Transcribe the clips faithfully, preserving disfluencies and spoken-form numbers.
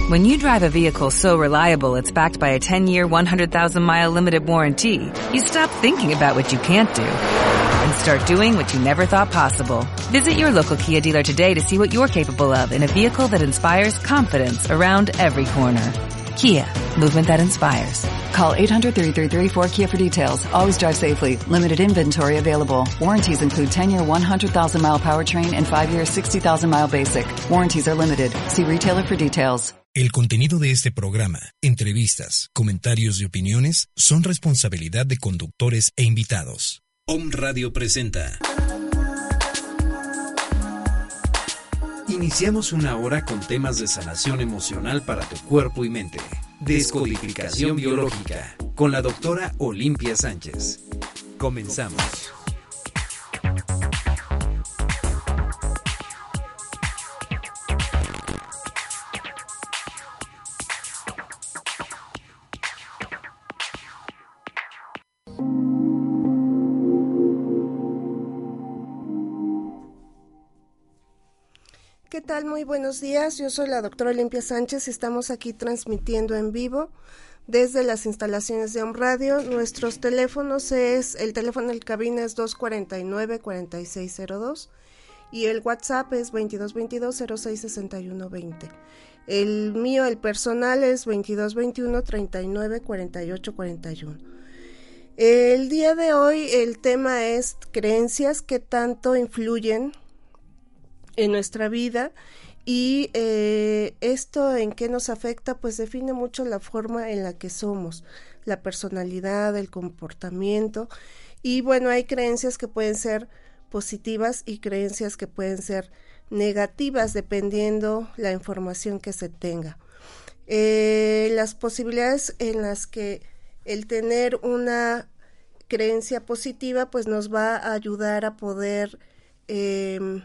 When you drive a vehicle so reliable it's backed by a ten-year, one hundred thousand mile limited warranty, you stop thinking about what you can't do and start doing what you never thought possible. Visit your local Kia dealer today to see what you're capable of in a vehicle that inspires confidence around every corner. Kia, movement that inspires. Call eight hundred, three three three, four K I A for details. Always drive safely. Limited inventory available. Warranties include ten-year, one hundred thousand mile powertrain and five-year, sixty thousand mile basic. Warranties are limited. See retailer for details. El contenido de este programa, entrevistas, comentarios y opiniones son responsabilidad de conductores e invitados. Om Radio presenta. Iniciamos una hora con temas de sanación emocional para tu cuerpo y mente. Descodificación biológica con la doctora Olimpia Sánchez. Comenzamos. ¿Qué tal? Muy buenos días, yo soy la doctora Olimpia Sánchez y estamos aquí transmitiendo en vivo desde las instalaciones de Om Radio. Nuestros teléfonos es, el teléfono del cabina es dos cuatro nueve, cuatro seis cero dos y el WhatsApp es veintidós veintidós, cero seis sesenta y uno veinte. El mío, el personal, es veintidós veintiuno, treinta y nueve, cuarenta y ocho cuarenta y uno. El día de hoy el tema es creencias que tanto influyen en nuestra vida y eh, esto en qué nos afecta, pues define mucho la forma en la que somos, la personalidad, el comportamiento, y bueno, hay creencias que pueden ser positivas y creencias que pueden ser negativas dependiendo la información que se tenga. Eh, las posibilidades en las que el tener una creencia positiva pues nos va a ayudar a poder eh,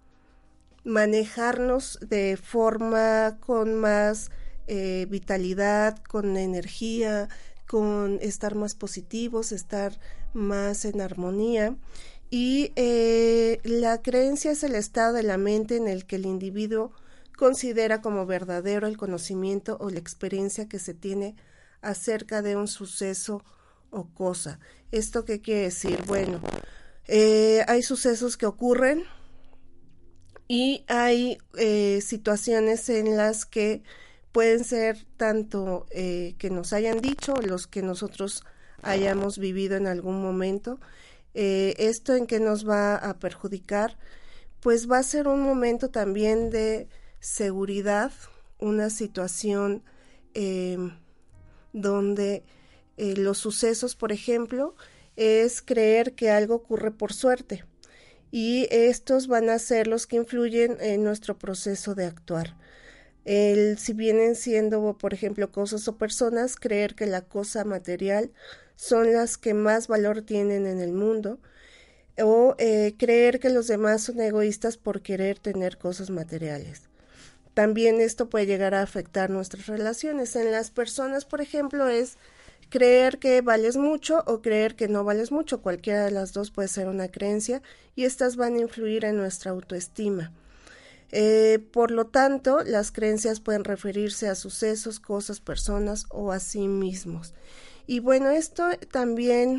manejarnos de forma con más eh, vitalidad, con energía, con estar más positivos, estar más en armonía. Y eh, la creencia es el estado de la mente en el que el individuo considera como verdadero el conocimiento o la experiencia que se tiene acerca de un suceso o cosa. ¿Esto qué quiere decir? Bueno, eh, hay sucesos que ocurren y hay eh, situaciones en las que pueden ser tanto eh, que nos hayan dicho o los que nosotros hayamos vivido en algún momento. Eh, esto en que nos va a perjudicar, pues va a ser un momento también de seguridad, una situación eh, donde eh, los sucesos, por ejemplo, es creer que algo ocurre por suerte. Y estos van a ser los que influyen en nuestro proceso de actuar. El, si vienen siendo, por ejemplo, cosas o personas, creer que la cosa material son las que más valor tienen en el mundo, o eh, creer que los demás son egoístas por querer tener cosas materiales. También esto puede llegar a afectar nuestras relaciones. En las personas, por ejemplo, es creer que vales mucho o creer que no vales mucho. Cualquiera de las dos puede ser una creencia y estas van a influir en nuestra autoestima. Eh, por lo tanto, las creencias pueden referirse a sucesos, cosas, personas o a sí mismos. Y bueno, esto también,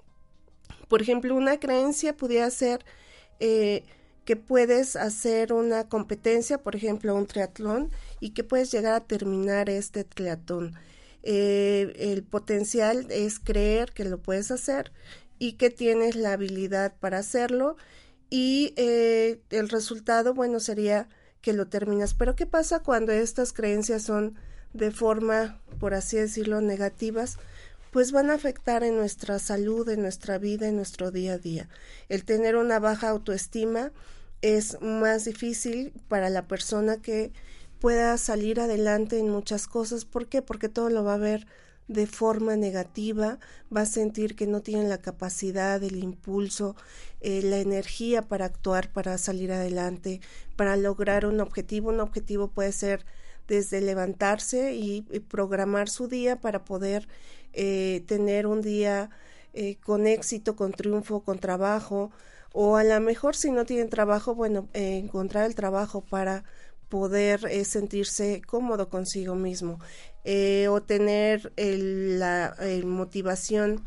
por ejemplo, una creencia pudiera ser eh, que puedes hacer una competencia, por ejemplo, un triatlón, y que puedes llegar a terminar este triatlón. Eh, el potencial es creer que lo puedes hacer y que tienes la habilidad para hacerlo y eh, el resultado, bueno, sería que lo terminas. Pero ¿qué pasa cuando estas creencias son de forma, por así decirlo, negativas? Pues van a afectar en nuestra salud, en nuestra vida, en nuestro día a día. El tener una baja autoestima es más difícil para la persona que pueda salir adelante en muchas cosas. ¿Por qué? Porque todo lo va a ver de forma negativa, va a sentir que no tiene la capacidad, el impulso, eh, la energía para actuar, para salir adelante, para lograr un objetivo. Un objetivo puede ser desde levantarse y, y programar su día para poder eh, tener un día eh, con éxito, con triunfo, con trabajo, o a lo mejor si no tienen trabajo, bueno, eh, encontrar el trabajo para poder eh, sentirse cómodo consigo mismo, eh, o tener el, la el motivación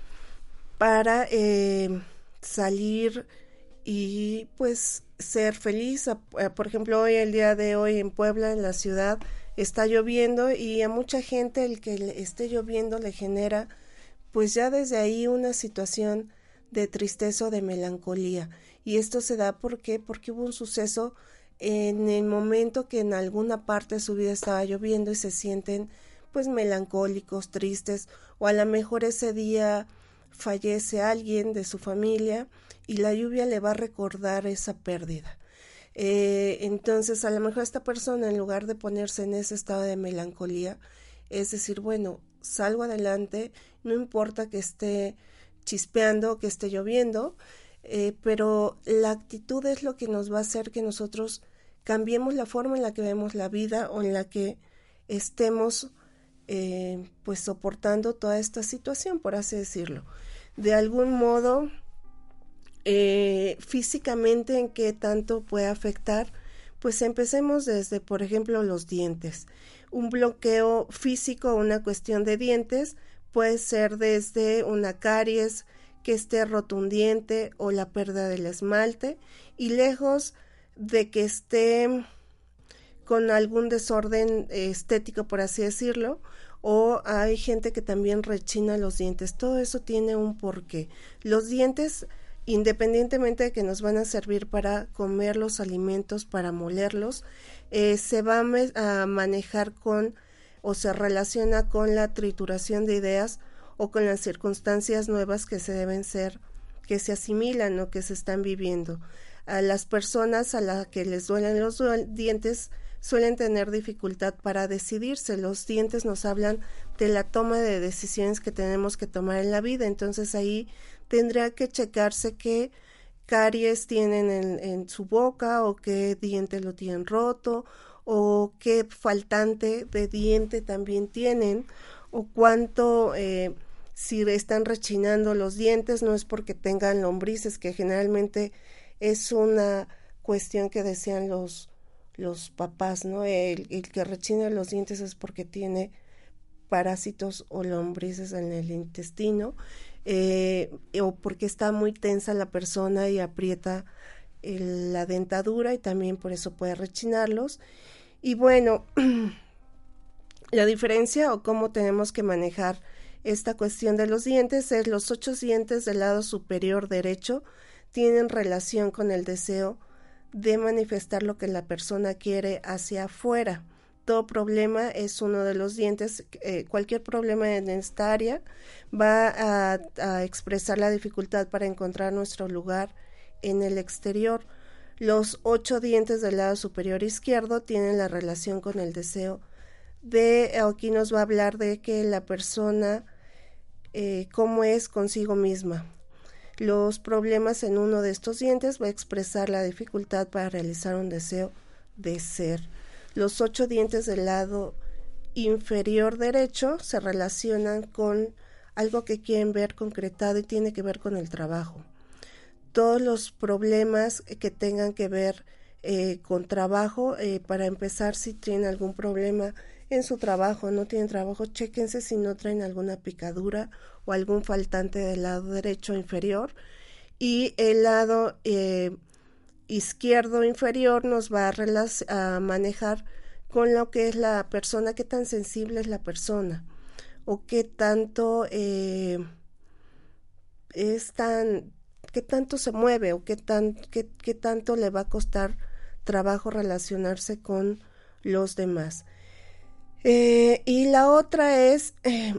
para eh, salir y pues ser feliz. Por ejemplo, hoy, el día de hoy en Puebla, en la ciudad, está lloviendo, y a mucha gente el que le esté lloviendo le genera pues ya desde ahí una situación de tristeza o de melancolía. Y esto se da ¿por qué? Porque hubo un suceso en el momento que en alguna parte de su vida estaba lloviendo y se sienten pues melancólicos, tristes, o a lo mejor ese día fallece alguien de su familia y la lluvia le va a recordar esa pérdida. Eh, entonces a lo mejor esta persona, en lugar de ponerse en ese estado de melancolía, es decir, bueno, salgo adelante, no importa que esté chispeando, que esté lloviendo, eh, pero la actitud es lo que nos va a hacer que nosotros cambiemos la forma en la que vemos la vida, o en la que estemos eh, pues soportando toda esta situación, por así decirlo. De algún modo, eh, físicamente, ¿en qué tanto puede afectar? Pues empecemos desde, por ejemplo, los dientes. Un bloqueo físico, una cuestión de dientes, puede ser desde una caries, que esté roto un diente, o la pérdida del esmalte, y lejos de que esté con algún desorden estético, por así decirlo, o hay gente que también rechina los dientes. Todo eso tiene un porqué. Los dientes, independientemente de que nos van a servir para comer los alimentos, para molerlos, eh, se va a, a manejar con, o se relaciona con la trituración de ideas, o con las circunstancias nuevas que se deben ser, que se asimilan o que se están viviendo. A las personas a las que les duelen los dientes suelen tener dificultad para decidirse. Los dientes nos hablan de la toma de decisiones que tenemos que tomar en la vida. Entonces ahí tendría que checarse qué caries tienen en, en su boca, o qué diente lo tienen roto, o qué faltante de diente también tienen, o cuánto, eh, si están rechinando los dientes, no es porque tengan lombrices, que generalmente es una cuestión que decían los los papás, ¿no? El, el que rechina los dientes es porque tiene parásitos o lombrices en el intestino, eh, o porque está muy tensa la persona y aprieta el, la dentadura, y también por eso puede rechinarlos. Y bueno, la diferencia o cómo tenemos que manejar esta cuestión de los dientes es: los ocho dientes del lado superior derecho tienen relación con el deseo de manifestar lo que la persona quiere hacia afuera. Todo problema es uno de los dientes, eh, cualquier problema en esta área va a, a expresar la dificultad para encontrar nuestro lugar en el exterior. Los ocho dientes del lado superior izquierdo tienen la relación con el deseo de, aquí nos va a hablar de que la persona, eh, cómo es consigo misma. Los problemas en uno de estos dientes va a expresar la dificultad para realizar un deseo de ser. Los ocho dientes del lado inferior derecho se relacionan con algo que quieren ver concretado, y tiene que ver con el trabajo. Todos los problemas que tengan que ver eh, con trabajo, eh, para empezar, si tienen algún problema en su trabajo, no tienen trabajo, chéquense si no traen alguna picadura o algún faltante del lado derecho inferior. Y el lado eh, izquierdo inferior nos va a, a manejar con lo que es la persona, qué tan sensible es la persona, o qué tanto eh, es tan, qué tanto se mueve, o qué, tan, qué, qué tanto le va a costar trabajo relacionarse con los demás. Eh, y la otra es eh,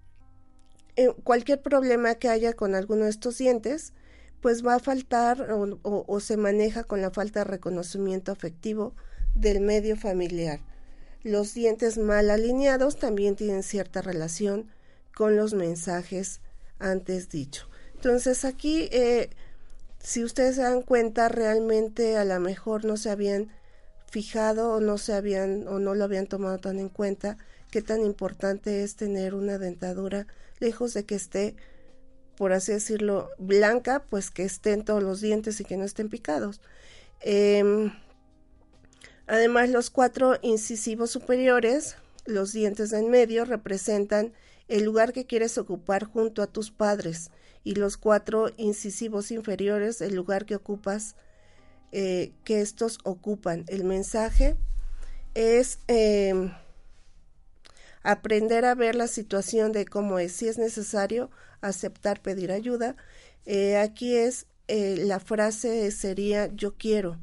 eh, cualquier problema que haya con alguno de estos dientes, pues va a faltar o, o, o se maneja con la falta de reconocimiento afectivo del medio familiar. Los dientes mal alineados también tienen cierta relación con los mensajes antes dicho. Entonces aquí, eh, si ustedes se dan cuenta, realmente a lo mejor no se habían fijado o no se habían o no lo habían tomado tan en cuenta qué tan importante es tener una dentadura, lejos de que esté, por así decirlo, blanca, pues que estén todos los dientes y que no estén picados. Eh, Además, los cuatro incisivos superiores, los dientes de en medio, representan el lugar que quieres ocupar junto a tus padres, y los cuatro incisivos inferiores, el lugar que ocupas, eh, que estos ocupan. El mensaje es eh, aprender a ver la situación de cómo es. Si es necesario, aceptar pedir ayuda. Eh, aquí es, eh, la frase sería yo quiero.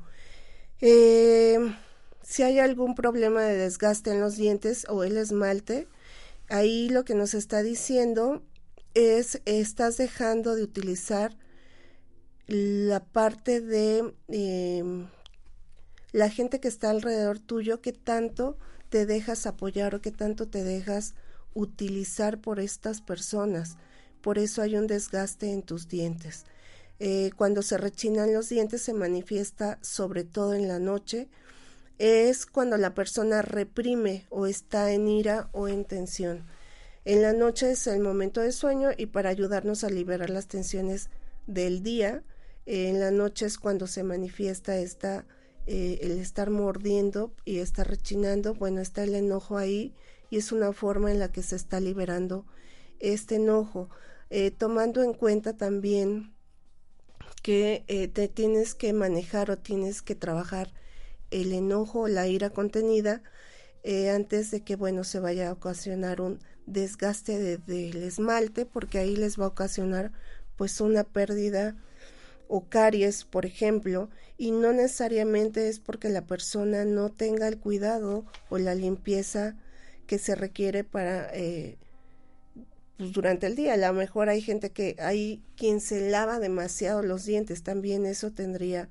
Eh, si hay algún problema de desgaste en los dientes o el esmalte, ahí lo que nos está diciendo es, estás dejando de utilizar la parte de eh, la gente que está alrededor tuyo, que tanto te dejas apoyar o que tanto te dejas utilizar por estas personas. Por eso hay un desgaste en tus dientes. Eh, cuando se rechinan los dientes se manifiesta sobre todo en la noche. Es cuando la persona reprime o está en ira o en tensión. En la noche es el momento de sueño y para ayudarnos a liberar las tensiones del día, eh, en la noche es cuando se manifiesta esta, eh, el estar mordiendo y estar rechinando. Bueno, está el enojo ahí y es una forma en la que se está liberando este enojo, eh, tomando en cuenta también que eh, te tienes que manejar o tienes que trabajar el enojo o la ira contenida eh, antes de que, bueno, se vaya a ocasionar un desgaste de, del esmalte, porque ahí les va a ocasionar pues una pérdida o caries, por ejemplo, y no necesariamente es porque la persona no tenga el cuidado o la limpieza que se requiere para eh, pues durante el día. A lo mejor hay gente que hay quien se lava demasiado los dientes, también eso tendría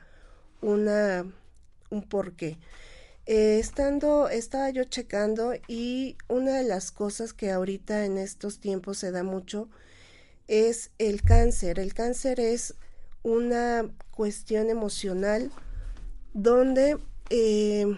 una un porqué. Eh, estando, estaba yo checando y una de las cosas que ahorita en estos tiempos se da mucho es el cáncer. El cáncer es una cuestión emocional donde, eh,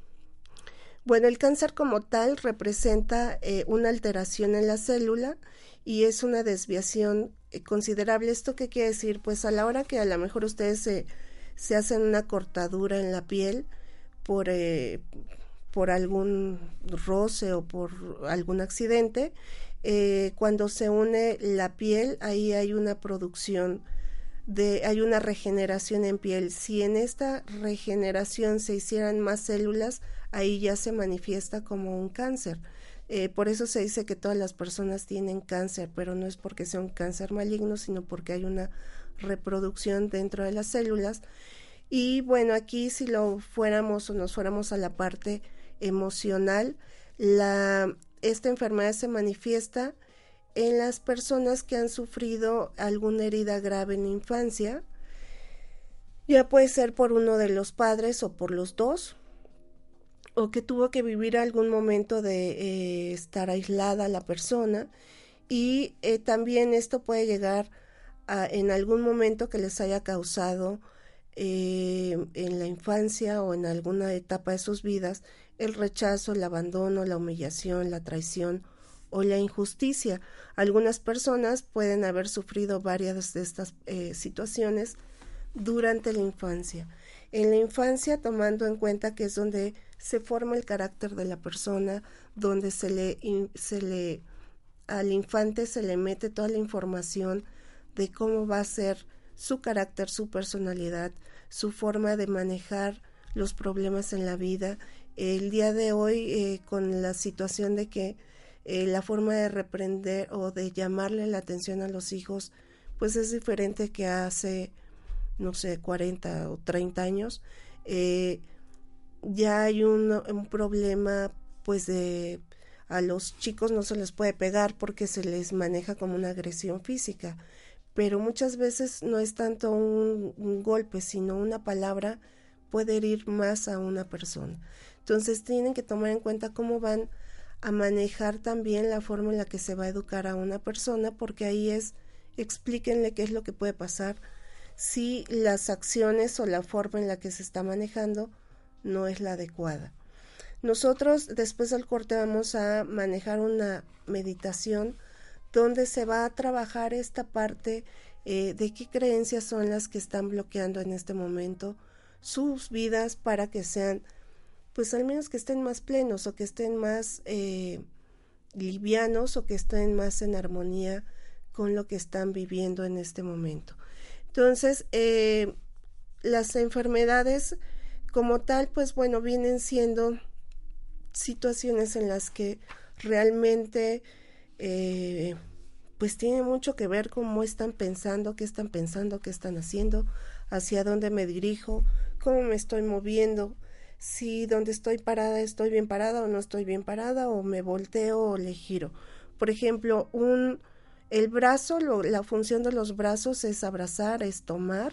bueno, el cáncer como tal representa eh, una alteración en la célula y es una desviación eh, considerable. ¿Esto qué quiere decir? Pues a la hora que a lo mejor ustedes se, se hacen una cortadura en la piel por, eh, por algún roce o por algún accidente, eh, cuando se une la piel, ahí hay una producción de, hay una regeneración en piel. Si en esta regeneración se hicieran más células, ahí ya se manifiesta como un cáncer. Eh, por eso se dice que todas las personas tienen cáncer, pero no es porque sea un cáncer maligno, sino porque hay una reproducción dentro de las células. Y bueno, aquí si lo fuéramos o nos fuéramos a la parte emocional, la, esta enfermedad se manifiesta en las personas que han sufrido alguna herida grave en la infancia. Ya puede ser por uno de los padres o por los dos, o que tuvo que vivir algún momento de eh, estar aislada la persona, y eh, también esto puede llegar a, en algún momento que les haya causado eh, en la infancia o en alguna etapa de sus vidas el rechazo, el abandono, la humillación, la traición o la injusticia. Algunas personas pueden haber sufrido varias de estas eh, situaciones durante la infancia. En la infancia, tomando en cuenta que es donde se forma el carácter de la persona, donde se le, se le al infante se le mete toda la información de cómo va a ser su carácter, su personalidad, su forma de manejar los problemas en la vida. El día de hoy, eh, con la situación de que eh, la forma de reprender o de llamarle la atención a los hijos, pues es diferente que hace, no sé, cuarenta o treinta años. Eh, ya hay un, un problema, pues de a los chicos no se les puede pegar porque se les maneja como una agresión física, pero muchas veces no es tanto un, un golpe, sino una palabra puede herir más a una persona. Entonces tienen que tomar en cuenta cómo van a manejar también la forma en la que se va a educar a una persona, porque ahí es, explíquenle qué es lo que puede pasar si las acciones o la forma en la que se está manejando no es la adecuada. Nosotros después del corte vamos a manejar una meditación donde se va a trabajar esta parte eh, de qué creencias son las que están bloqueando en este momento sus vidas para que sean pues al menos que estén más plenos o que estén más eh, livianos o que estén más en armonía con lo que están viviendo en este momento. Entonces, eh, las enfermedades como tal, pues bueno, vienen siendo situaciones en las que realmente eh, pues tiene mucho que ver cómo están pensando, qué están pensando, qué están haciendo, hacia dónde me dirijo, cómo me estoy moviendo, si donde estoy parada estoy bien parada o no estoy bien parada, o me volteo o le giro. Por ejemplo, un el brazo, lo, la función de los brazos es abrazar, es tomar,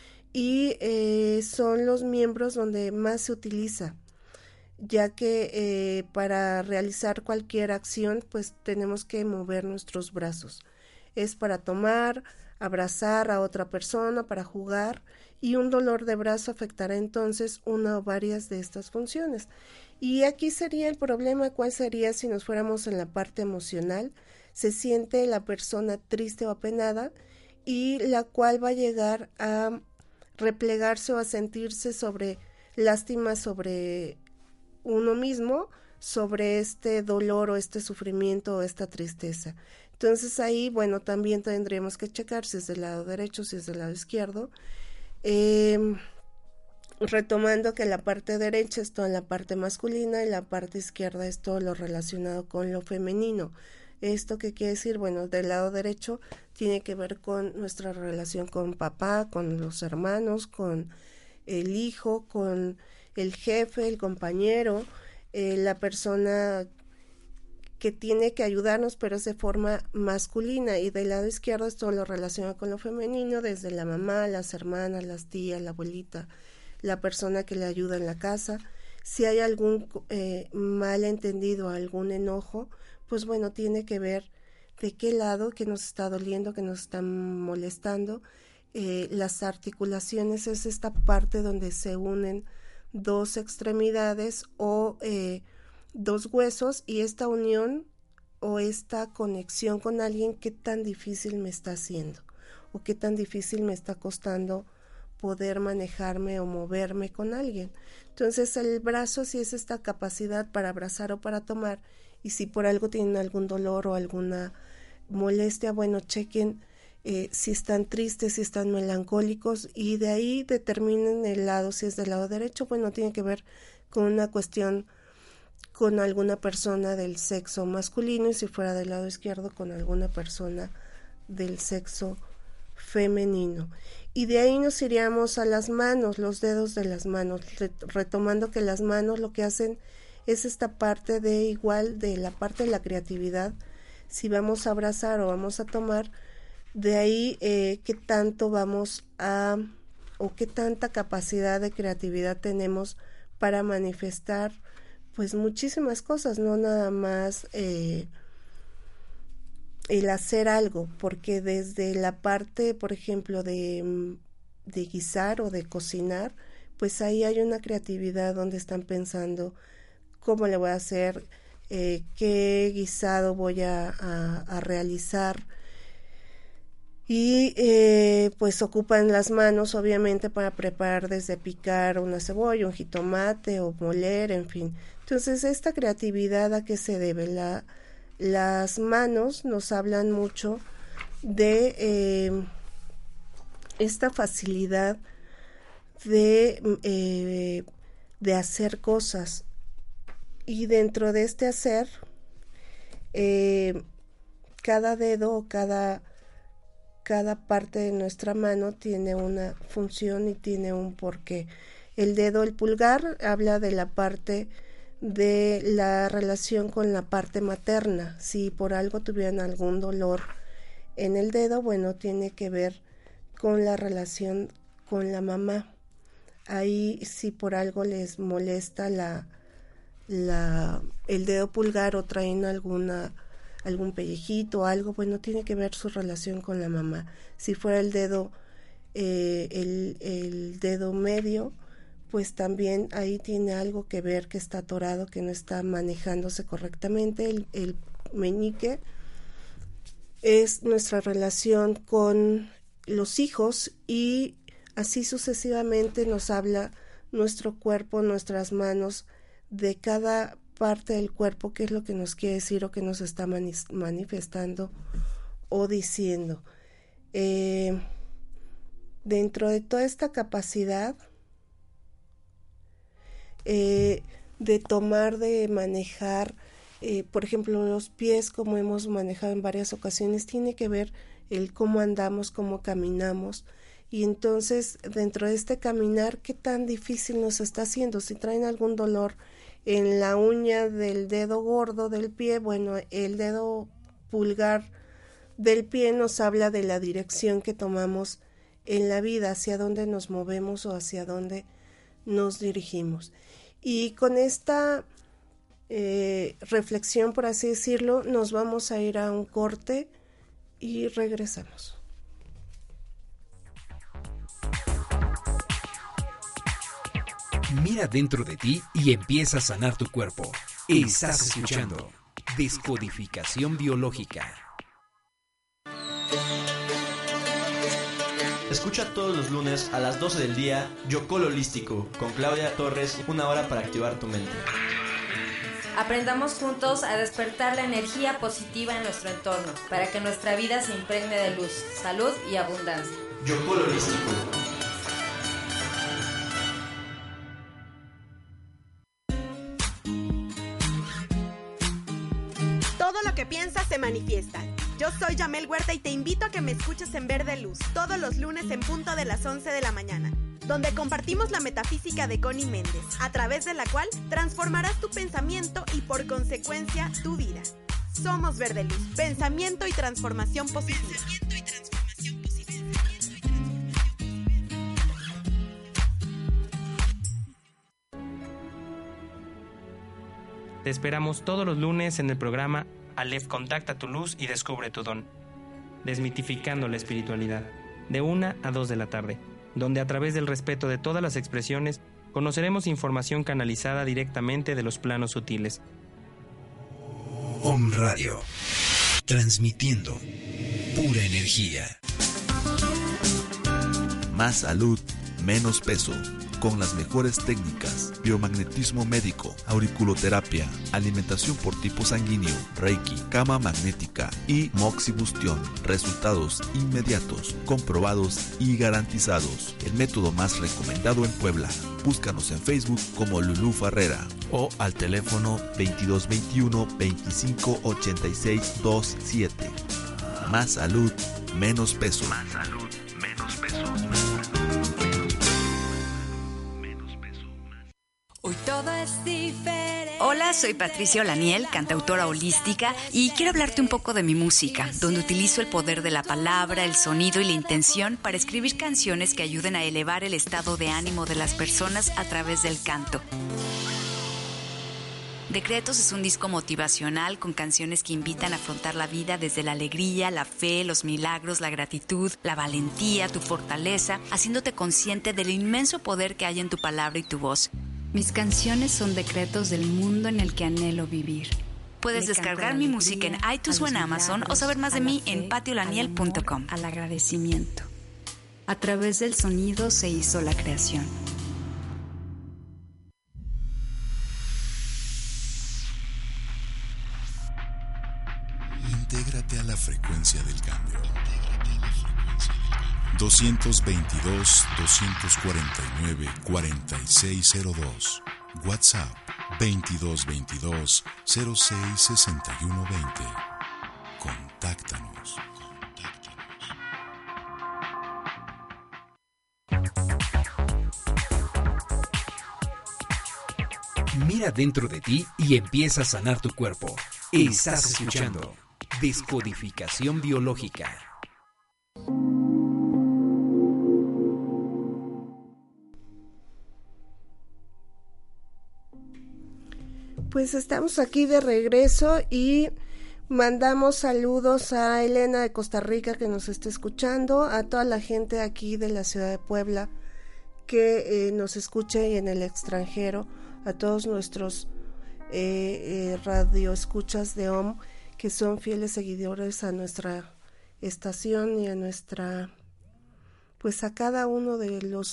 y eh, son los miembros donde más se utiliza, ya que eh, para realizar cualquier acción pues tenemos que mover nuestros brazos. Es para tomar, abrazar a otra persona, para jugar, y un dolor de brazo afectará entonces una o varias de estas funciones. Y aquí sería el problema, ¿cuál sería si nos fuéramos en la parte emocional? Se siente la persona triste o apenada, y la cual va a llegar a replegarse o a sentirse sobre lástima sobre uno mismo, sobre este dolor o este sufrimiento o esta tristeza. Entonces ahí, bueno, también tendríamos que checar si es del lado derecho, si es del lado izquierdo, eh, retomando que la parte derecha es toda la parte masculina y la parte izquierda es todo lo relacionado con lo femenino. ¿Esto qué quiere decir? Bueno, del lado derecho tiene que ver con nuestra relación con papá, con los hermanos, con el hijo, con el jefe, el compañero, eh, la persona que tiene que ayudarnos, pero es de forma masculina. Y del lado izquierdo es todo lo relacionado con lo femenino, desde la mamá, las hermanas, las tías, la abuelita, la persona que le ayuda en la casa. Si hay algún eh, malentendido, algún enojo, pues bueno, tiene que ver de qué lado, que nos está doliendo, que nos está molestando. Eh, las articulaciones es esta parte donde se unen dos extremidades o eh, dos huesos, y esta unión o esta conexión con alguien, qué tan difícil me está haciendo o qué tan difícil me está costando poder manejarme o moverme con alguien. Entonces el brazo sí es esta capacidad para abrazar o para tomar, y si por algo tienen algún dolor o alguna molestia, bueno, chequen eh, si están tristes, si están melancólicos, y de ahí determinen el lado, si es del lado derecho, bueno, tiene que ver con una cuestión con alguna persona del sexo masculino, y si fuera del lado izquierdo con alguna persona del sexo femenino. Y de ahí nos iríamos a las manos, los dedos de las manos, retomando que las manos lo que hacen es esta parte de igual, de la parte de la creatividad. Si vamos a abrazar o vamos a tomar, de ahí eh, qué tanto vamos a, o qué tanta capacidad de creatividad tenemos para manifestar pues muchísimas cosas, no nada más eh, el hacer algo, porque desde la parte, por ejemplo, de, de guisar o de cocinar, pues ahí hay una creatividad donde están pensando cómo le voy a hacer, eh, qué guisado voy a, a, a realizar, y eh, pues ocupan las manos obviamente para preparar desde picar una cebolla, un jitomate o moler, en fin. Entonces esta creatividad, ¿a qué se debe? La, las manos nos hablan mucho de eh, esta facilidad de, eh, de hacer cosas, y dentro de este hacer eh, cada dedo, cada cada parte de nuestra mano tiene una función y tiene un porqué. El dedo, el pulgar, habla de la parte de la relación con la parte materna. Si por algo tuvieran algún dolor en el dedo, bueno, tiene que ver con la relación con la mamá. Ahí, si por algo les molesta la, la, el dedo pulgar o traen alguna algún pellejito o algo, bueno, tiene que ver su relación con la mamá. Si fuera el dedo, eh, el, el dedo medio, pues también ahí tiene algo que ver, que está atorado, que no está manejándose correctamente. El, el meñique es nuestra relación con los hijos, y así sucesivamente nos habla nuestro cuerpo, nuestras manos, de cada parte del cuerpo, qué es lo que nos quiere decir o qué nos está mani- manifestando o diciendo. Eh, dentro de toda esta capacidad eh, de tomar, de manejar, eh, por ejemplo, los pies, como hemos manejado en varias ocasiones, tiene que ver el cómo andamos, cómo caminamos. Y entonces, dentro de este caminar, ¿qué tan difícil nos está haciendo? Si traen algún dolor en la uña del dedo gordo del pie, bueno, el dedo pulgar del pie nos habla de la dirección que tomamos en la vida, hacia dónde nos movemos o hacia dónde nos dirigimos. Y con esta eh, reflexión, por así decirlo, nos vamos a ir a un corte y regresamos. Mira dentro de ti y empieza a sanar tu cuerpo. Estás escuchando Descodificación Biológica. Escucha todos los lunes a las doce del día Yocol Holístico con Claudia Torres, una hora para activar tu mente. Aprendamos juntos a despertar la energía positiva en nuestro entorno para que nuestra vida se impregne de luz, salud y abundancia. Yocol Holístico. Todo lo que piensas se manifiesta. Yo soy Yamel Huerta y te invito a que me escuches en Verde Luz todos los lunes en punto de las once de la mañana, donde compartimos la metafísica de Connie Méndez, a través de la cual transformarás tu pensamiento y por consecuencia tu vida. Somos Verde Luz, pensamiento y transformación positiva. Pensamiento y transformación positiva. Te esperamos todos los lunes en el programa Aleph, contacta tu luz y descubre tu don. Desmitificando la espiritualidad, de una a dos de la tarde, donde a través del respeto de todas las expresiones conoceremos información canalizada directamente de los planos sutiles. Om Radio, transmitiendo pura energía. Más salud, menos peso. Con las mejores técnicas, biomagnetismo médico, auriculoterapia, alimentación por tipo sanguíneo, reiki, cama magnética y moxibustión. Resultados inmediatos, comprobados y garantizados. El método más recomendado en Puebla. Búscanos en Facebook como Lulú Farrera o al teléfono veintidós veintiuno veinticinco ochenta y seis veintisiete. Más salud, menos peso. Más salud, menos peso. Hoy todo es diferente. Hola, soy Patricia Olaniel, cantautora holística, y quiero hablarte un poco de mi música, donde utilizo el poder de la palabra, el sonido y la intención para escribir canciones que ayuden a elevar el estado de ánimo de las personas a través del canto. Decretos es un disco motivacional con canciones que invitan a afrontar la vida desde la alegría, la fe, los milagros, la gratitud, la valentía, tu fortaleza, haciéndote consciente del inmenso poder que hay en tu palabra y tu voz. Mis canciones son decretos del mundo en el que anhelo vivir. Puedes descargar mi música en iTunes o en Amazon o saber más de mí en patti olaniel punto com. Al agradecimiento. A través del sonido se hizo la creación. Intégrate a la frecuencia del cambio. doscientos veintidós, doscientos cuarenta y nueve, cuarenta y seis cero dos. WhatsApp veintidós veintidós, cero seis sesenta y uno veinte. Contáctanos. Mira dentro de ti y empieza a sanar tu cuerpo. Estás escuchando Descodificación Biológica. Pues estamos aquí de regreso y mandamos saludos a Elena de Costa Rica que nos está escuchando, a toda la gente aquí de la ciudad de Puebla que eh, nos escuche y en el extranjero, a todos nuestros eh, eh, radioescuchas de O M que son fieles seguidores a nuestra estación y a nuestra, pues a cada uno de los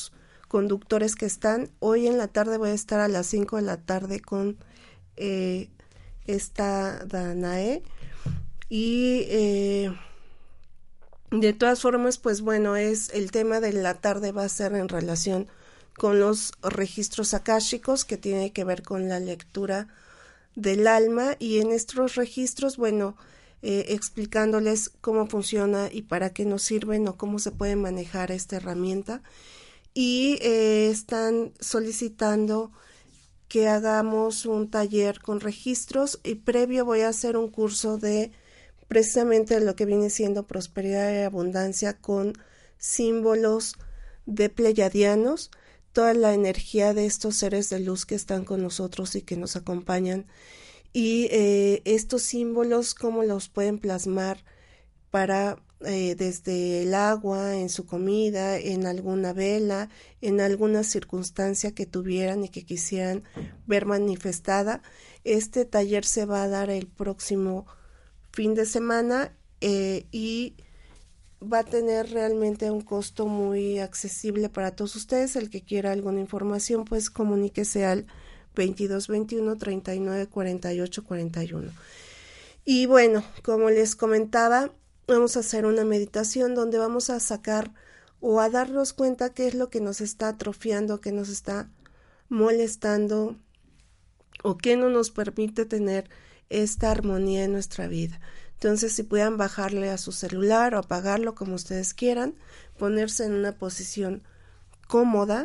conductores que están. Hoy en la tarde voy a estar a las cinco de la tarde con eh, esta Danae. Y eh, de todas formas, pues bueno, es el tema de la tarde va a ser en relación con los registros akáshicos, que tiene que ver con la lectura del alma, y en estos registros, bueno, eh, explicándoles cómo funciona y para qué nos sirven o cómo se puede manejar esta herramienta. Y eh, están solicitando que hagamos un taller con registros, y previo voy a hacer un curso de precisamente lo que viene siendo prosperidad y abundancia con símbolos de pleyadianos, toda la energía de estos seres de luz que están con nosotros y que nos acompañan, y eh, estos símbolos cómo los pueden plasmar para Eh, desde el agua, en su comida, en alguna vela, en alguna circunstancia que tuvieran y que quisieran ver manifestada. Este taller se va a dar el próximo fin de semana eh, y va a tener realmente un costo muy accesible para todos ustedes. El que quiera alguna información, pues comuníquese al veintidós veintiuno treinta y nueve cuarenta y ocho cuarenta y uno. Y bueno, como les comentaba, vamos a hacer una meditación donde vamos a sacar o a darnos cuenta qué es lo que nos está atrofiando, qué nos está molestando o qué no nos permite tener esta armonía en nuestra vida. Entonces, si puedan bajarle a su celular o apagarlo como ustedes quieran, ponerse en una posición cómoda,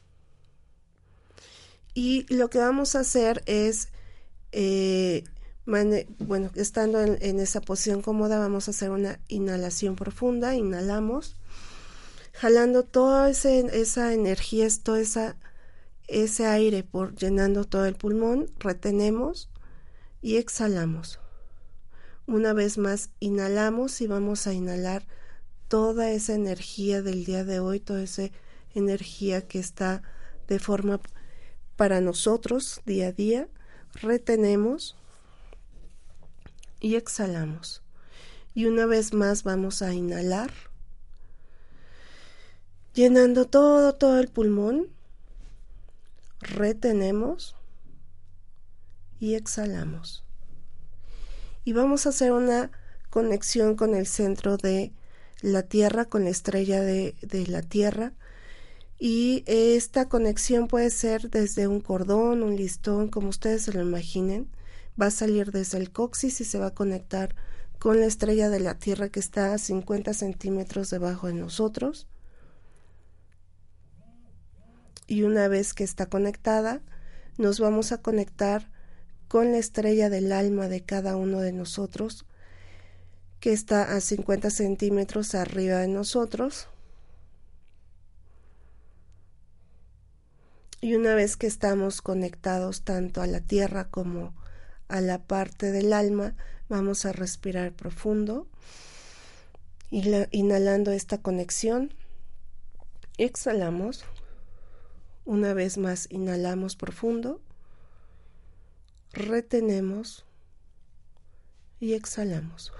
y lo que vamos a hacer es eh, Mane- bueno, estando en, en esa posición cómoda, vamos a hacer una inhalación profunda. Inhalamos, jalando toda ese, esa energía, todo esa, ese aire por llenando todo el pulmón. Retenemos y exhalamos. Una vez más, inhalamos y vamos a inhalar toda esa energía del día de hoy, toda esa energía que está de forma para nosotros día a día. Retenemos y exhalamos. Y una vez más vamos a inhalar, llenando todo, todo el pulmón. Retenemos y exhalamos. Y vamos a hacer una conexión con el centro de la Tierra, con la estrella de, de la Tierra. Y esta conexión puede ser desde un cordón, un listón, como ustedes se lo imaginen. Va a salir desde el coxis y se va a conectar con la estrella de la Tierra que está a cincuenta centímetros debajo de nosotros. Y una vez que está conectada, nos vamos a conectar con la estrella del alma de cada uno de nosotros, que está a cincuenta centímetros arriba de nosotros. Y una vez que estamos conectados tanto a la Tierra como a la parte del alma, vamos a respirar profundo, inhalando esta conexión. Exhalamos. Una vez más, inhalamos profundo, retenemos y exhalamos.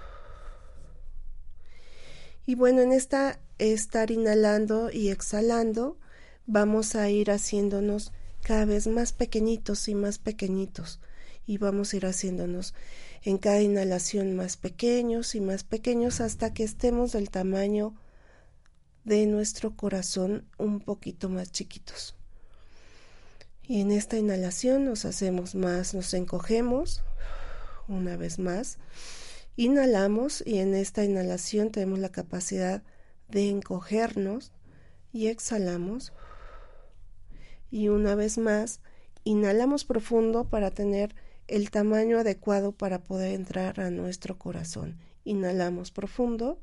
Y bueno, en esta estar inhalando y exhalando, vamos a ir haciéndonos cada vez más pequeñitos y más pequeñitos. Y vamos a ir haciéndonos en cada inhalación más pequeños y más pequeños hasta que estemos del tamaño de nuestro corazón, un poquito más chiquitos. Y en esta inhalación nos hacemos más, nos encogemos una vez más. Inhalamos y en esta inhalación tenemos la capacidad de encogernos y exhalamos. Y una vez más, inhalamos profundo para tener el tamaño adecuado para poder entrar a nuestro corazón. Inhalamos profundo,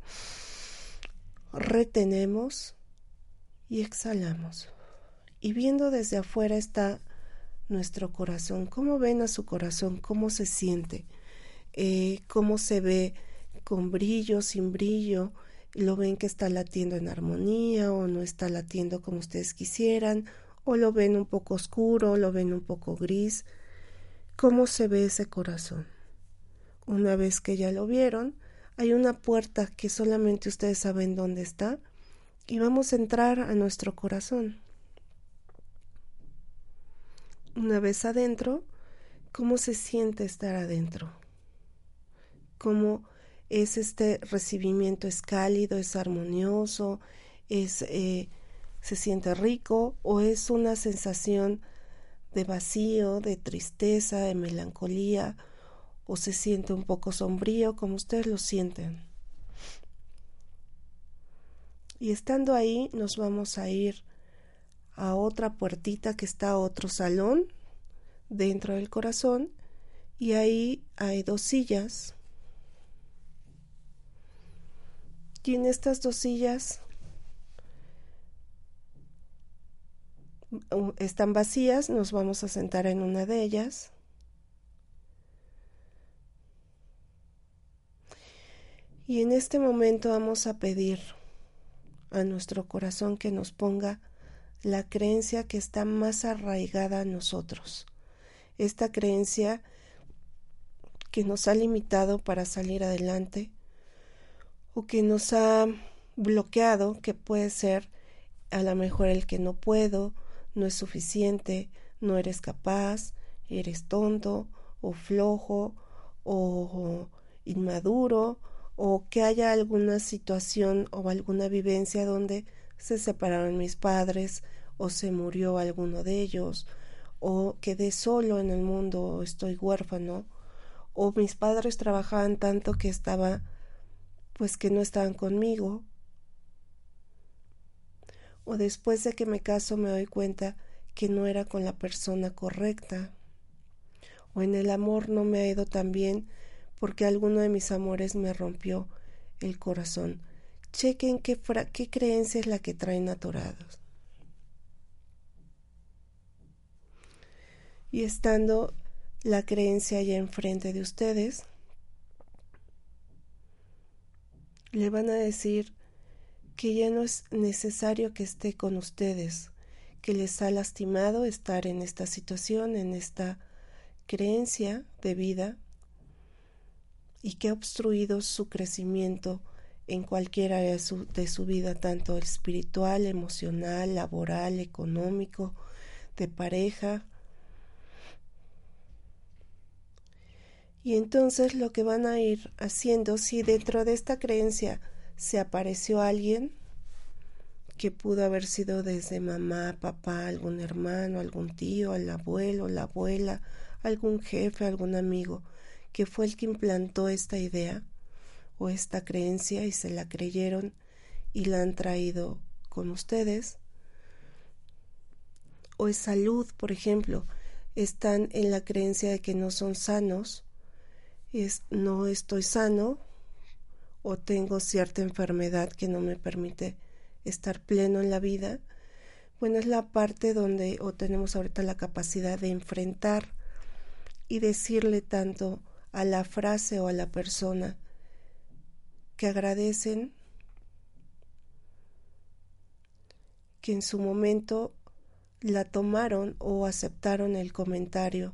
retenemos y exhalamos. Y viendo desde afuera está nuestro corazón. ¿Cómo ven a su corazón? ¿Cómo se siente? Eh, ¿Cómo se ve? ¿Con brillo, sin brillo? ¿Lo ven que está latiendo en armonía o no está latiendo como ustedes quisieran? ¿O lo ven un poco oscuro? ¿Lo ven un poco gris? ¿Cómo se ve ese corazón? Una vez que ya lo vieron, hay una puerta que solamente ustedes saben dónde está y vamos a entrar a nuestro corazón. Una vez adentro, ¿cómo se siente estar adentro? ¿Cómo es este recibimiento? ¿Es cálido? ¿Es armonioso? ¿Es, eh, se siente rico? ¿O es una sensación de vacío, de tristeza, de melancolía? ¿O se siente un poco sombrío, como ustedes lo sienten? Y estando ahí, nos vamos a ir a otra puertita que está a otro salón dentro del corazón, y ahí hay dos sillas, y en estas dos sillas están vacías. Nos vamos a sentar en una de ellas y en este momento vamos a pedir a nuestro corazón que nos ponga la creencia que está más arraigada a nosotros, esta creencia que nos ha limitado para salir adelante o que nos ha bloqueado, que puede ser a lo mejor el que no puedo, no es suficiente, no eres capaz, eres tonto o flojo o inmaduro, o que haya alguna situación o alguna vivencia donde se separaron mis padres o se murió alguno de ellos, o quedé solo en el mundo, o estoy huérfano, o mis padres trabajaban tanto que estaba, pues que no estaban conmigo, o después de que me caso me doy cuenta que no era con la persona correcta, o en el amor no me ha ido tan bien porque alguno de mis amores me rompió el corazón. Chequen qué, fra- qué creencia es la que traen atorados. Y estando la creencia allá enfrente de ustedes, le van a decir que ya no es necesario que esté con ustedes, que les ha lastimado estar en esta situación, en esta creencia de vida, y que ha obstruido su crecimiento en cualquier área de su, de su vida, tanto espiritual, emocional, laboral, económico, de pareja. Y entonces lo que van a ir haciendo, si dentro de esta creencia se apareció alguien, que pudo haber sido desde mamá, papá, algún hermano, algún tío, el abuelo, la abuela, algún jefe, algún amigo, que fue el que implantó esta idea o esta creencia y se la creyeron y la han traído con ustedes. O es salud, por ejemplo, están en la creencia de que no son sanos, es no estoy sano o tengo cierta enfermedad que no me permite estar pleno en la vida. Bueno, es la parte donde o tenemos ahorita la capacidad de enfrentar y decirle tanto a la frase o a la persona que agradecen que en su momento la tomaron o aceptaron el comentario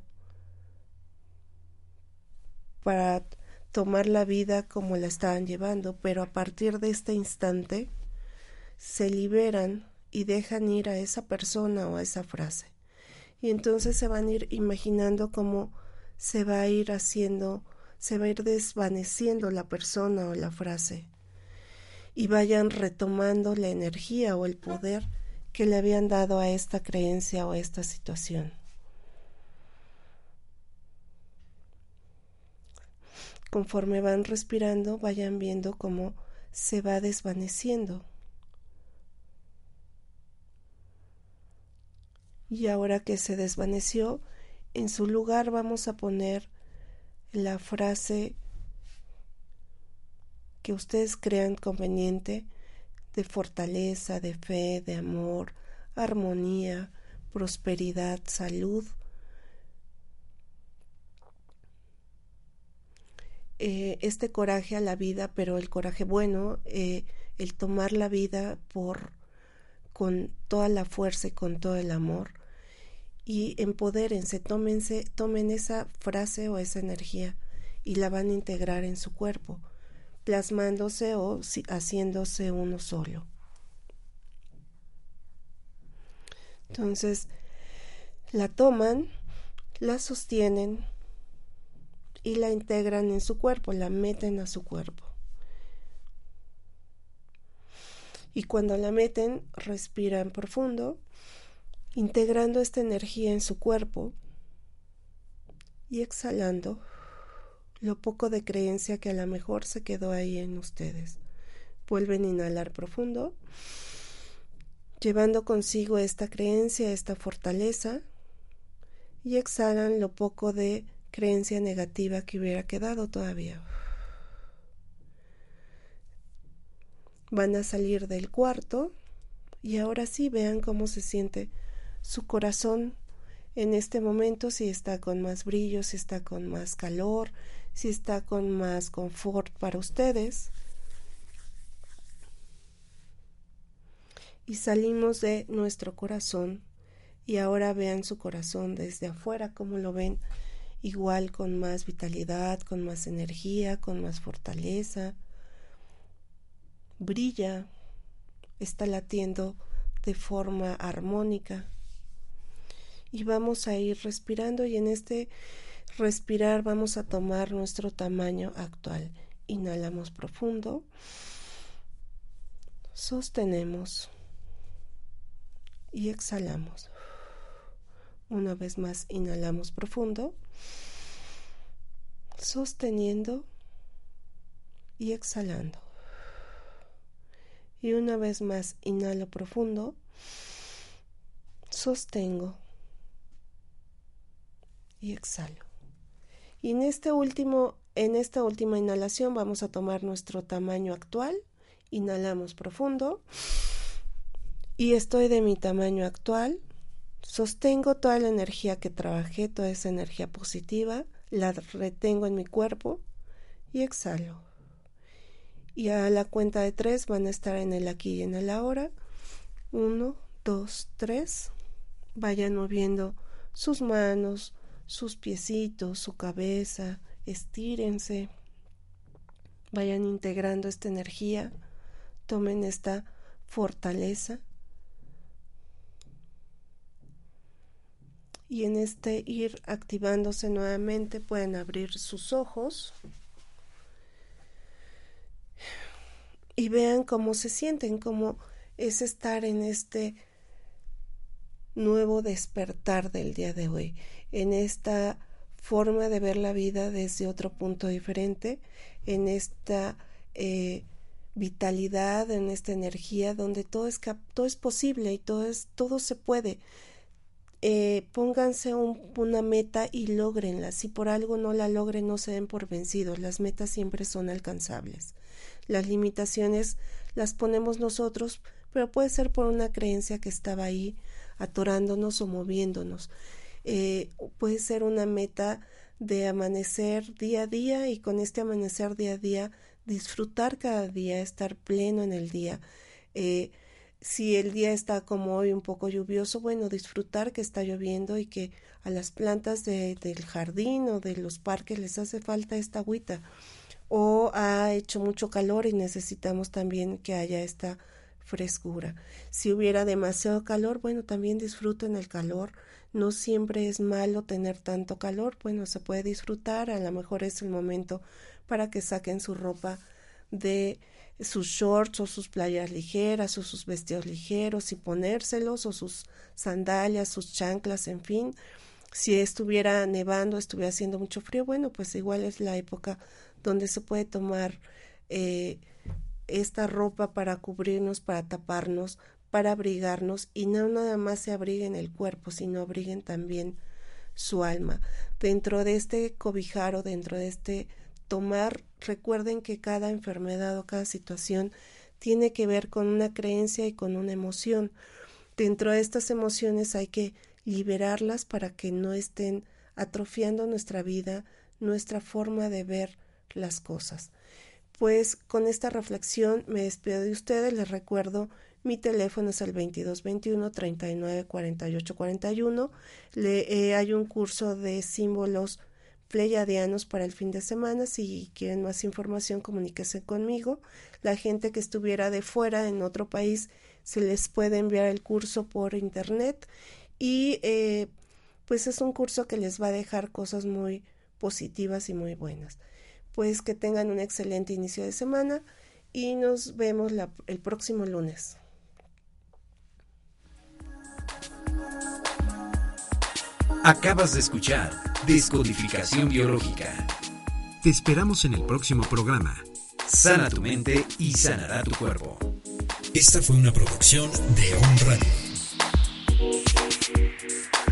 para tomar la vida como la estaban llevando, pero a partir de este instante se liberan y dejan ir a esa persona o a esa frase. Y entonces se van a ir imaginando cómo se va a ir haciendo, se va a ir desvaneciendo la persona o la frase, y vayan retomando la energía o el poder que le habían dado a esta creencia o a esta situación. Conforme van respirando, vayan viendo cómo se va desvaneciendo. Y ahora que se desvaneció, en su lugar vamos a poner la frase que ustedes crean conveniente, de fortaleza, de fe, de amor, armonía, prosperidad, salud. Eh, este coraje a la vida, pero el coraje bueno, eh, el tomar la vida por con toda la fuerza y con todo el amor, y empodérense, tómense, tomen esa frase o esa energía y la van a integrar en su cuerpo, plasmándose o si, haciéndose uno solo. Entonces la toman la sostienen y la integran en su cuerpo, la meten a su cuerpo. Y cuando la meten, respiran profundo, integrando esta energía en su cuerpo y exhalando lo poco de creencia que a lo mejor se quedó ahí en ustedes. Vuelven a inhalar profundo, llevando consigo esta creencia, esta fortaleza, y exhalan lo poco de creencia negativa que hubiera quedado todavía. Van a salir del cuarto y ahora sí vean cómo se siente su corazón en este momento, si está con más brillo, si está con más calor, si está con más confort para ustedes. Y salimos de nuestro corazón y ahora vean su corazón desde afuera, cómo lo ven, igual con más vitalidad, con más energía, con más fortaleza. Brilla, está latiendo de forma armónica. Y vamos a ir respirando, y en este respirar vamos a tomar nuestro tamaño actual. Inhalamos profundo, sostenemos y exhalamos. Una vez más inhalamos profundo, sosteniendo y exhalando. Y una vez más inhalo profundo, sostengo y exhalo. Y en este último, en esta última inhalación vamos a tomar nuestro tamaño actual. Inhalamos profundo y estoy de mi tamaño actual. Sostengo toda la energía que trabajé, toda esa energía positiva, la retengo en mi cuerpo y exhalo. Y a la cuenta de tres van a estar en el aquí y en el ahora. Uno, dos, tres. Vayan moviendo sus manos, sus piecitos, su cabeza. Estírense. Vayan integrando esta energía. Tomen esta fortaleza. Y en este ir activándose nuevamente pueden abrir sus ojos y vean cómo se sienten, cómo es estar en este nuevo despertar del día de hoy, en esta forma de ver la vida desde otro punto diferente, en esta eh, vitalidad, en esta energía donde todo es, todo es posible y todo, es, todo se puede. Eh, pónganse un, una meta y lógrenla. Si por algo no la logren, no se den por vencidos. Las metas siempre son alcanzables. Las limitaciones las ponemos nosotros, pero puede ser por una creencia que estaba ahí atorándonos o moviéndonos. Eh, puede ser una meta de amanecer día a día, y con este amanecer día a día disfrutar cada día, estar pleno en el día. Eh, Si el día está como hoy un poco lluvioso, bueno, disfrutar que está lloviendo y que a las plantas de, del jardín o de los parques les hace falta esta agüita. O ha hecho mucho calor y necesitamos también que haya esta frescura. Si hubiera demasiado calor, bueno, también disfruten el calor. No siempre es malo tener tanto calor, bueno, se puede disfrutar. A lo mejor es el momento para que saquen su ropa de sus shorts o sus playas ligeras o sus vestidos ligeros y ponérselos, o sus sandalias, sus chanclas, en fin. Si estuviera nevando, estuviera haciendo mucho frío, bueno, pues igual es la época donde se puede tomar eh, esta ropa para cubrirnos, para taparnos, para abrigarnos, y no nada más se abriguen el cuerpo, sino abriguen también su alma. Dentro de este cobijar o dentro de este tomar, recuerden que cada enfermedad o cada situación tiene que ver con una creencia y con una emoción. Dentro de estas emociones hay que liberarlas para que no estén atrofiando nuestra vida, nuestra forma de ver las cosas. Pues con esta reflexión me despido de ustedes. Les recuerdo, mi teléfono es el veintidós veintiuno treinta y nueve cuarenta y ocho cuarenta y uno. Le, eh, hay un curso de símbolos pleiadianos para el fin de semana. Si quieren más información, comuníquense conmigo. La gente que estuviera de fuera, en otro país, se les puede enviar el curso por internet. Y eh, pues es un curso que les va a dejar cosas muy positivas y muy buenas. Pues que tengan un excelente inicio de semana y nos vemos la, el próximo lunes. Acabas de escuchar Descodificación Biológica. Te esperamos en el próximo programa. Sana tu mente y sanará tu cuerpo. Esta fue una producción de On Radio.